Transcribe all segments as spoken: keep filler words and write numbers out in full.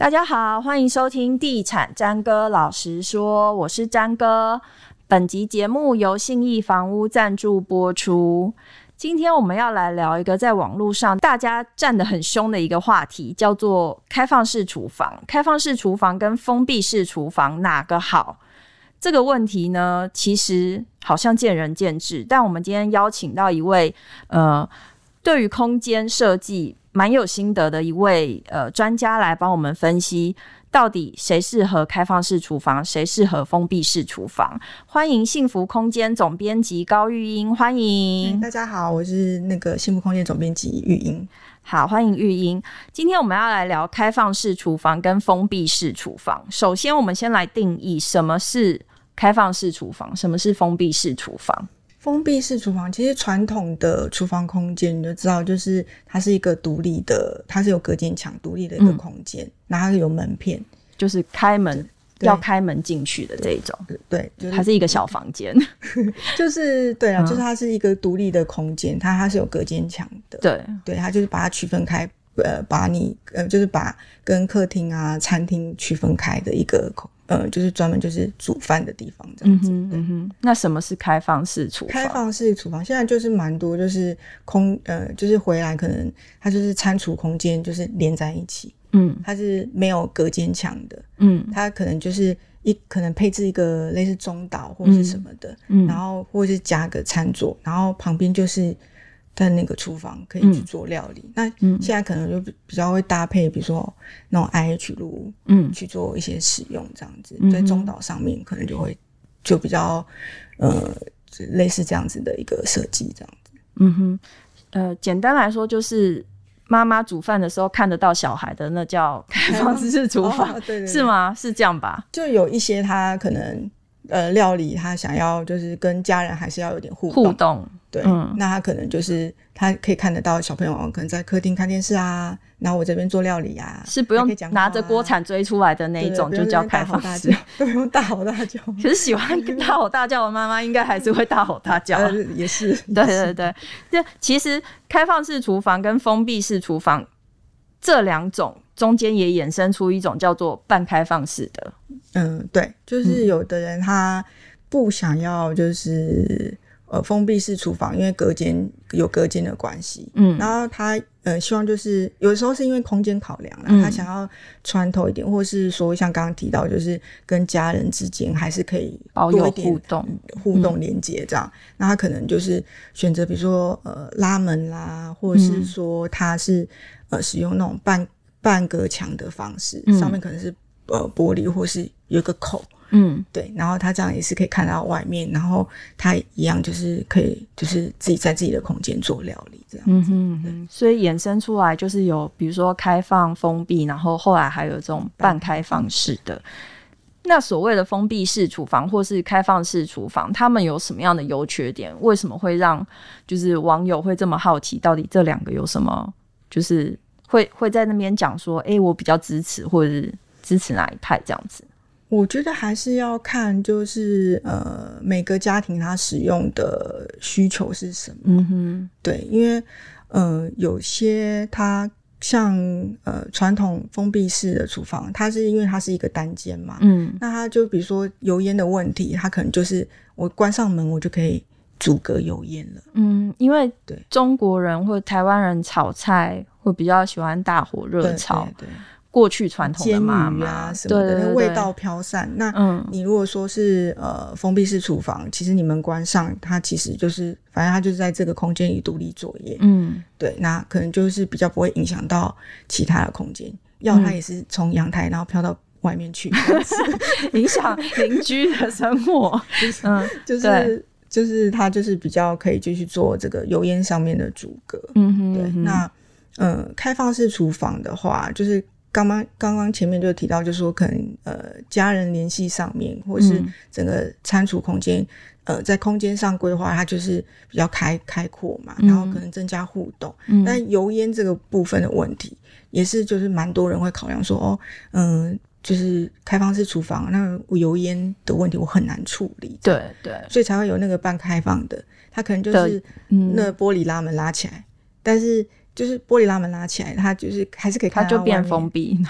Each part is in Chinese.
大家好，欢迎收听地产詹哥老实说，我是詹哥。本集节目由信义房屋赞助播出。今天我们要来聊一个在网络上大家站得很凶的一个话题，叫做开放式厨房。开放式厨房跟封闭式厨房哪个好？这个问题呢，其实好像见仁见智，但我们今天邀请到一位呃，对于空间设计蛮有心得的一位呃专家来帮我们分析，到底谁适合开放式厨房，谁适合封闭式厨房。欢迎幸福空间总编辑高玉英，欢迎、 嗯、大家好，我是那个幸福空间总编辑玉英。 好，欢迎玉英。今天我们要来聊开放式厨房跟封闭式厨房。首先我们先来定义什么是开放式厨房，什么是封闭式厨房。 封闭式厨房其实传统的厨房空间你就知道，就是它是一个独立的，它是有隔间墙独立的一个空间，然后它有门片， 就是开门要开门进去的这一种。 对，对就是、 它是一个小房间就是对啊、嗯、就是它是一个独立的空间，它它是有隔间墙的。对对，它就是把它区分开，呃，把你呃就是把跟客厅啊餐厅区分开的一个空呃，就是专门就是煮饭的地方这样子。嗯哼嗯哼。那什么是开放式厨房？ 开放式厨房现在就是蛮多，就是空呃，就是回来可能它就是餐厨空间就是连在一起，嗯，它是没有隔间墙的，嗯，它可能就是一可能配置一个类似中岛或是什么的，嗯，然后或是加个餐桌，然后旁边就是在那个厨房可以去做料理、嗯、那现在可能就比较会搭配比如说那种 I H 炉嗯去做一些使用这样子、嗯、在中岛上面可能就会就比较呃类似这样子的一个设计这样子。 嗯哼，呃简单来说就是妈妈煮饭的时候看得到小孩的那叫开放式厨房、哦、对对对，是吗？是这样吧？ 就有一些他可能呃料理他想要就是跟家人还是要有点互动互动对、嗯、那他可能就是他可以看得到小朋友可能在客厅看电视啊，然后我这边做料理啊， 是不用拿着锅铲追出来的那一种，就叫开放式， 不用大吼大叫。 可是喜欢大吼大叫的妈妈应该还是会大吼大叫、 呃、也是对对对对。其实开放式厨房跟封闭式厨房这两种中间也衍生出一种叫做半开放式的。 嗯，对，就是有的人他不想要就是呃封闭式厨房，因为隔间有隔间的关系，嗯，然后他呃希望就是有的时候是因为空间考量啦、嗯、他想要穿透一点，或是说像刚刚提到就是跟家人之间还是可以多一点互动互动连接这样、嗯、那他可能就是选择比如说呃拉门啦，或者是说他是呃使用那种半半隔墙的方式、嗯、上面可能是呃玻璃或是有一个口，嗯，对，然后他这样也是可以看到外面，然后他一样就是可以就是自己在自己的空间做料理这样子。嗯哼哼，所以衍生出来就是有比如说开放封闭，然后后来还有这种半开放式的。那所谓的封闭式厨房或是开放式厨房，他们有什么样的优缺点？为什么会让就是网友会这么好奇到底这两个有什么，就是会会在那边讲说诶我比较支持或者是支持哪一派这样子？ 我觉得还是要看就是呃每个家庭他使用的需求是什么。嗯哼，对，因为呃有些它像呃传统封闭式的厨房，它是因为它是一个单间嘛，嗯，那它就比如说油烟的问题，它可能就是我关上门我就可以阻隔油烟了。 嗯，因为中国人或者台湾人炒菜会比较喜欢大火热炒，对对对，过去传统的妈妈啊什么的，对对对，那味道飘散。那你如果说是呃封闭式厨房，其实你门关上，它其实就是反正它就是在这个空间里独立作业。嗯，对，那可能就是比较不会影响到其他的空间。要它也是从阳台然后飘到外面去， 影响邻居的生活。 嗯，就是就是它就是比较可以继续做这个油烟上面的阻隔。嗯哼，对，那呃开放式厨房的话，就是刚刚刚刚前面就提到，就是说可能呃家人联系上面，或是整个餐厨空间、嗯、呃在空间上规划，它就是比较开开阔嘛，然后可能增加互动。嗯、但油烟这个部分的问题，也是就是蛮多人会考量说，哦，嗯、呃。就是开放式厨房，那油烟的问题我很难处理， 对对， 所以才会有那个半开放的，它可能就是那玻璃拉门拉起来，嗯、但是就是玻璃拉门拉起来，它就是还是可以看到外面， 它就变封闭， 对，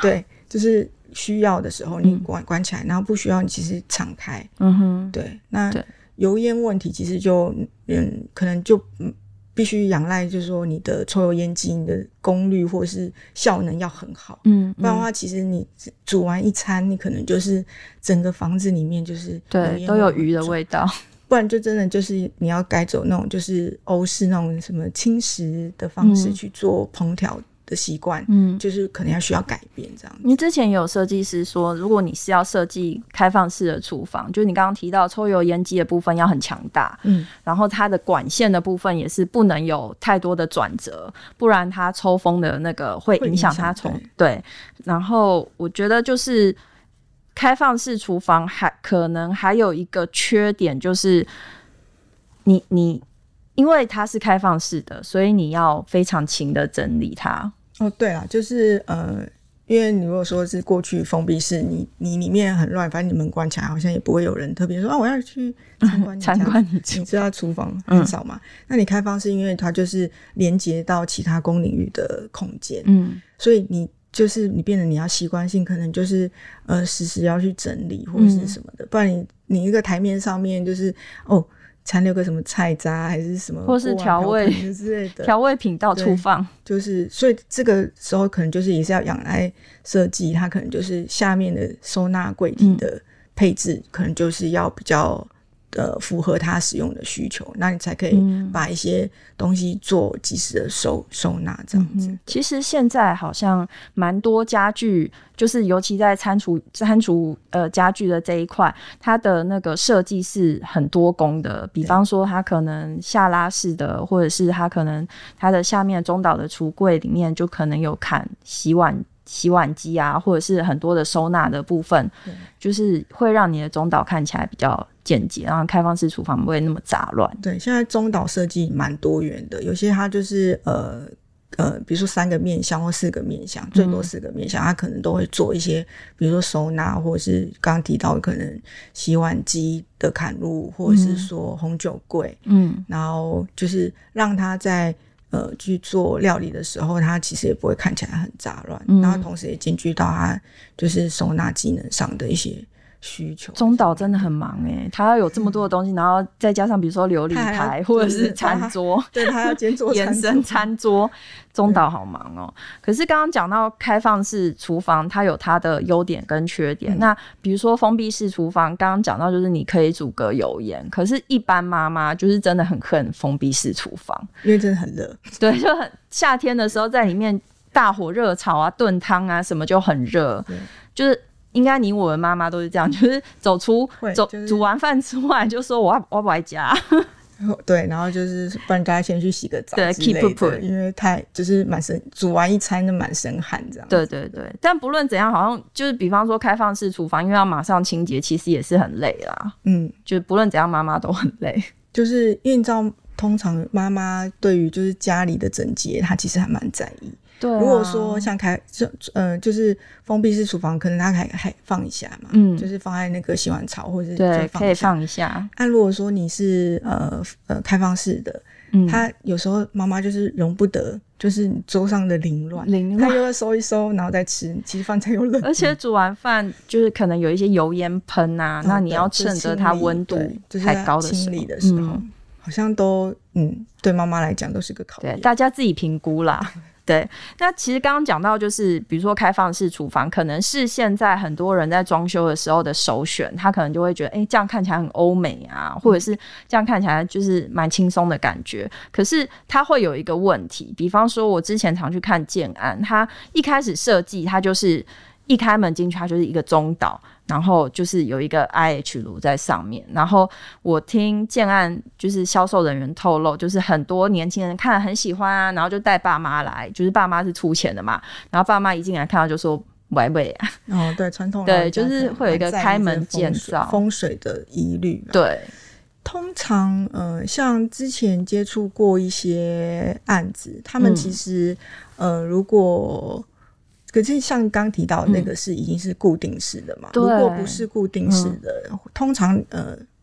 就是需要的时候你关、嗯、关起来，然后不需要你其实敞开。 嗯哼， 对。那油烟问题其实就嗯可能就必须仰赖就是说你的抽油烟机你的功率或是效能要很好。嗯，不然的话其实你煮完一餐你可能就是整个房子里面就是对都有鱼的味道， 不然就真的就是你要改走那种就是欧式那种什么轻食的方式去做烹调的习惯，嗯，就是可能要需要改变这样子。 你之前也有设计师说，如果你是要设计开放式的厨房，就是你刚刚提到抽油烟机的部分要很强大，嗯，然后它的管线的部分也是不能有太多的转折，不然它抽风的那个会影响它从 对, 对。然后我觉得就是开放式厨房还可能还有一个缺点，就是你你因为它是开放式的，所以你要非常勤的整理它。 哦，对啦，就是呃，因为你如果说是过去封闭式，你你里面很乱，反正你门关起来，好像也不会有人特别说啊，我要去参观你家， 参观你你知道厨房很少嘛、嗯？那你开放式，因为它就是连接到其他公领域的空间，嗯，所以你就是你变得你要习惯性，可能就是呃时时要去整理或者是什么的，嗯、不然你你一个台面上面就是哦。残留个什么菜渣还是什么， 或是调味之类的调味品到处放， 就是所以这个时候可能就是也是要仰赖设计，它可能就是下面的收纳柜体的配置、嗯、可能就是要比较呃符合它使用的需求，那你才可以把一些东西做及时的收收纳这样子、嗯、 其实现在好像蛮多家具，就是尤其在餐厨餐厨呃家具的这一块，它的那个设计是很多功的，比方说它可能下拉式的，或者是它可能它的下面中岛的橱柜里面就可能有砍洗碗洗碗机啊，或者是很多的收纳的部分，就是会让你的中岛看起来比较简洁，然后开放式厨房不会那么杂乱。 对，现在中岛设计蛮多元的，有些它就是呃呃，比如说三个面向或四个面向，最多四个面向、嗯、它可能都会做一些比如说收纳，或者是刚刚提到可能洗碗机的砍入，或者是说红酒柜，嗯，然后就是让它在呃，去做料理的时候，它其实也不会看起来很杂乱、嗯、然后同时也兼具到它就是收纳机能上的一些需求。 中岛真的很忙耶，他要有这么多的东西、嗯、然后再加上比如说琉璃台或者是餐桌， 对，他要兼做延伸餐桌，中岛好忙哦。可是刚刚讲到开放式厨房，它有它的优点跟缺点、嗯、那比如说封闭式厨房，刚刚讲到就是你可以煮个油盐，可是一般妈妈就是真的很恨封闭式厨房， 因为真的很热。 对，就很夏天的时候在里面大火热炒啊炖汤啊什么就很热，就是应该你我的妈妈都是这样，就是走出走、就是、煮完饭出来就说我要我要回家。 对，然后就是不然大家先去洗个澡之类的，对 keep up， 因为太就是满身煮完一餐就满身汗这样子。 对对对，但不论怎样，好像就是比方说开放式厨房，因为要马上清洁，其实也是很累啦。嗯，就是不论怎样，妈妈都很累。 就是因为你知道，通常妈妈对于就是家里的整洁，她其实还蛮在意。对、啊，如果说像开就呃就是封闭式厨房，可能它还还放一下嘛，嗯，就是放在那个洗碗槽或者是对可以放一下。 那、啊、如果说你是呃呃开放式的，嗯，它有时候妈妈就是容不得，就是你桌上的凌乱，凌乱，她又要收一收，然后再吃，其实饭菜又冷， 而且煮完饭就是可能有一些油烟喷啊、嗯，那你要趁着它温度太高的时候， 就是、清理的时候、嗯，好像都嗯对妈妈来讲都是个考验， 对，大家自己评估啦。对，那其实刚刚讲到就是比如说开放式厨房可能是现在很多人在装修的时候的首选，他可能就会觉得哎、欸，这样看起来很欧美啊，或者是这样看起来就是蛮轻松的感觉。可是它会有一个问题，比方说我之前常去看建案，它一开始设计它就是一开门进去它就是一个中岛，然后就是有一个 I H 炉在上面，然后我听建案就是销售人员透露，就是很多年轻人看了很喜欢啊，然后就带爸妈来，就是爸妈是出钱的嘛，然后爸妈一进来看到就说喂喂啊， 哦对，传统对，就是会有一个开门见灶风水的疑虑， 对。 通常呃，像之前接触过一些案子，他们其实、嗯、呃，如果可是像刚提到的那个是已经是固定式的嘛、嗯、如果不是固定式的、嗯、通常呃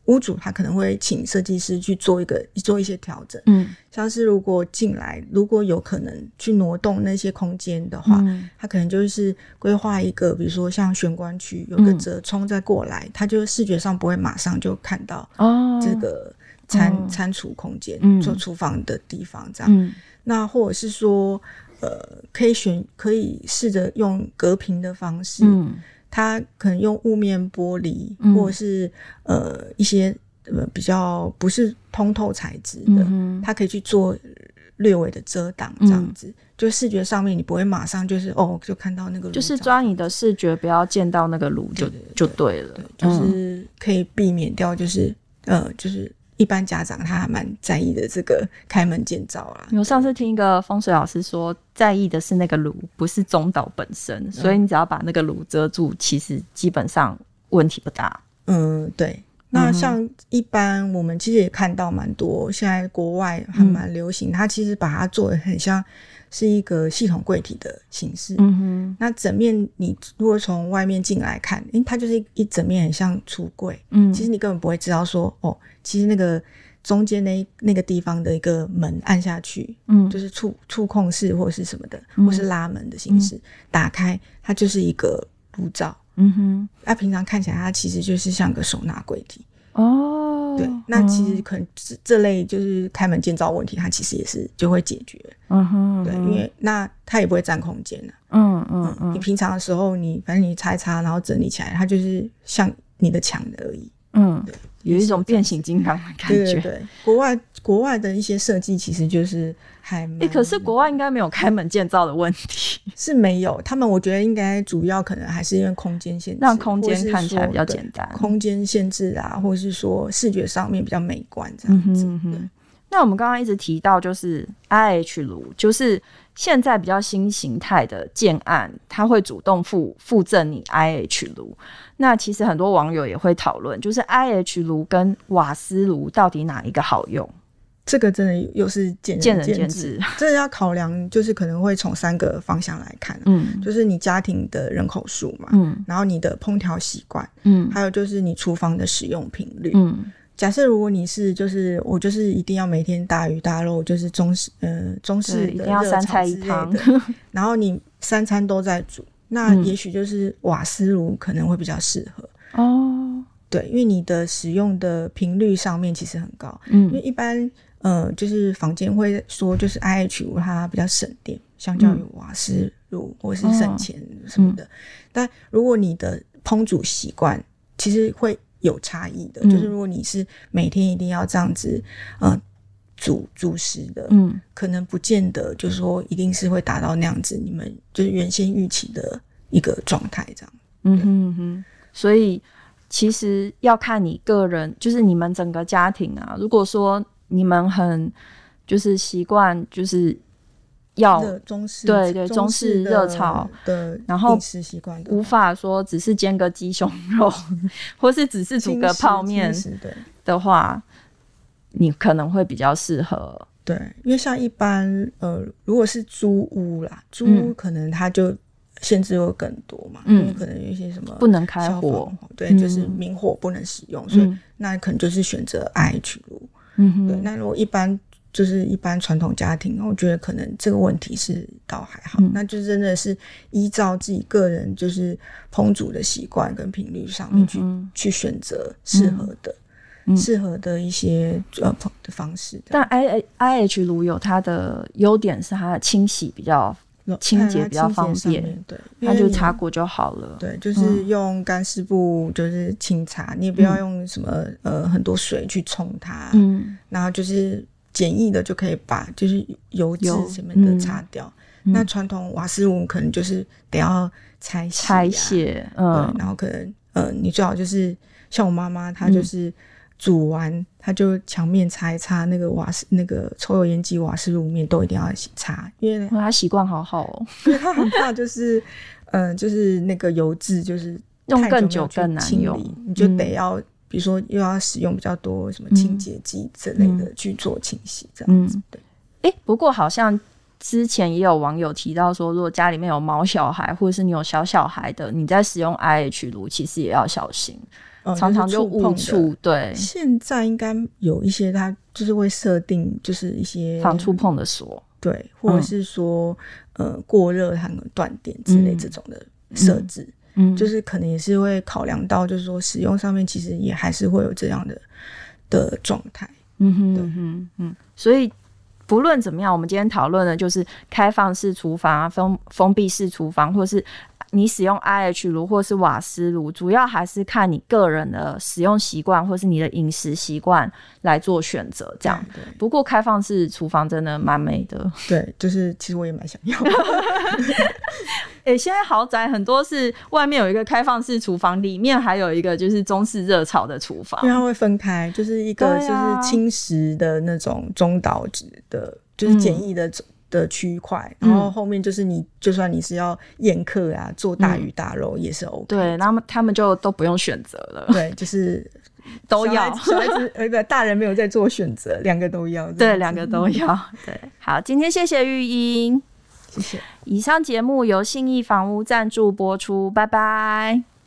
屋主他可能会请设计师去做一个做一些调整，嗯，像是如果进来如果有可能去挪动那些空间的话，嗯，他可能就是规划一个比如说像玄关区有个折冲再过来，他就视觉上不会马上就看到这个餐、哦、餐厨空间，嗯，做厨房的地方这样，嗯，那或者是说呃，可以选可以试着用隔屏的方式，嗯，它可能用雾面玻璃，嗯，或者是呃一些呃比较不是通透材质的，嗯，它可以去做略微的遮挡，这样子，嗯，就视觉上面你不会马上就是哦就看到那个炉， 就是抓你的视觉不要见到那个炉就对对对就对了，对， 就是可以避免掉就是呃就是一般家长他还蛮在意的这个开门见灶啦。 我上次听一个风水老师说，在意的是那个炉，不是中岛本身，嗯，所以你只要把那个炉遮住，其实基本上问题不大。 嗯，对。那像一般我们其实也看到蛮多，现在国外还蛮流行，嗯，它其实把它做得很像是一个系统柜体的形式。嗯哼，那整面你如果从外面进来看，因为它就是一整面很像橱柜，嗯，其实你根本不会知道说哦，其实那个中间那那个地方的一个门按下去，嗯，就是触触控式或是什么的，嗯，或是拉门的形式，嗯，打开它就是一个炉灶。嗯哼，那平常看起来它其实就是像个收纳柜体哦。对，那其实可能 这, 这类就是开门见灶问题，它其实也是就会解决。嗯哼，对，因为那它也不会占空间啊。嗯嗯嗯，你平常的时候你反正你擦一擦，然后整理起来，它就是像你的墙而已。嗯，对， 有一种变形金刚的感觉。 对对对，国外国外的一些设计其实就是还蛮、 欸、可是国外应该没有开门见灶的问题。 是没有，他们我觉得应该主要可能还是因为空间限制， 让空间看起来比较简单， 空间限制啊，或是说视觉上面比较美观这样子。嗯哼嗯哼， 那我们刚刚一直提到就是 I H 炉，就是现在比较新形态的建案，它会主动附附赠你 I H 炉。那其实很多网友也会讨论，就是 I H 炉跟瓦斯炉到底哪一个好用？ 这个真的又是见仁见仁见智， 这个要考量，就是可能会从三个方向来看，嗯，就是你家庭的人口数嘛，嗯，然后你的烹调习惯，嗯，还有就是你厨房的使用频率，嗯。假设如果你是就是我就是一定要每天大鱼大肉，就是中式呃中式的一定要三菜一汤， 然后你三餐都在煮，那也许就是瓦斯炉可能会比较适合哦。对，因为你的使用的频率上面其实很高，嗯，因为一般呃就是坊间会说就是 I H 炉它比较省电，相较于瓦斯炉或是省钱什么的，嗯，但如果你的烹煮习惯其实会有差异的，嗯，就是如果你是每天一定要这样子呃煮煮食的，嗯，可能不见得就是说一定是会达到那样子你们就是原先预期的一个状态这样。嗯哼嗯哼，所以其实要看你个人，就是你们整个家庭啊，如果说你们很就是习惯就是要中式对对中式热炒的然后饮食习惯， 无法说只是煎个鸡胸肉或是只是煮个泡面的话，你可能会比较适合。 对，因为像一般呃如果是租屋啦，租屋可能它就限制会更多嘛，嗯，因为可能有一些什么不能开火， 对，嗯，就是明火不能使用，所以那可能就是选择 I H 炉。嗯哼，对，那如果一般就是一般传统家庭，我觉得可能这个问题是倒还好，嗯，那就真的是依照自己个人就是烹煮的习惯跟频率上面去，嗯，去选择适合的适，嗯，合的一些呃的方式。 但 I H 炉有它的优点是它的清洗比较清洁比较方便，对，它就擦过就好了。 对，就是用干湿布就是清擦，你也不要用什么，嗯，呃很多水去冲它，嗯，然后就是简易的就可以把就是油脂什么的擦掉。嗯，那传统瓦斯炉可能就是得要拆卸，啊， 拆卸，嗯， 对，然后可能呃你最好就是像我妈妈，她就是煮完她就墙面擦一擦，那个瓦斯那个抽油烟机瓦斯炉面都一定要擦，因为她习惯好好哦， 因为她很怕就是呃就是那个油脂就是用更久更难用， 你就得要，嗯，比如说又要使用比较多什么清洁剂之类的，嗯，去做清洗这样子。对， 欸，不过好像之前也有网友提到说，如果家里面有毛小孩或者是你有小小孩的，你在使用 I H 炉其实也要小心。 嗯、常常就误触。对， 现在应该有一些它就是会设定就是一些防触碰的锁， 对，或者是说、嗯、呃过热它能断电之类这种的设置。嗯嗯，就是可能也是会考量到，就是说使用上面其实也还是会有这样的的状态。 嗯哼，嗯哼，嗯，所以不论怎么样，我们今天讨论的就是开放式厨房啊、封封闭式厨房，或是你使用 I H 炉或是瓦斯炉，主要还是看你个人的使用习惯或是你的饮食习惯来做选择。这样，不过开放式厨房真的蛮美的。 对，就是其实我也蛮想要的。 欸、现在豪宅很多是外面有一个开放式厨房，里面还有一个就是中式热炒的厨房， 因为它会分开，就是一个就是轻食的那种中岛值的，就是简易的、嗯、的区块，然后后面就是你就算你是要宴客啊，做大鱼大肉也是 OK。 对，那么他们就都不用选择了。 对，就是都要。 小孩子呃不，大人没有在做选择，两个都要。 对，两个都要。对，好，今天谢谢玉英。 谢谢。 以上节目由信义房屋赞助播出，拜拜。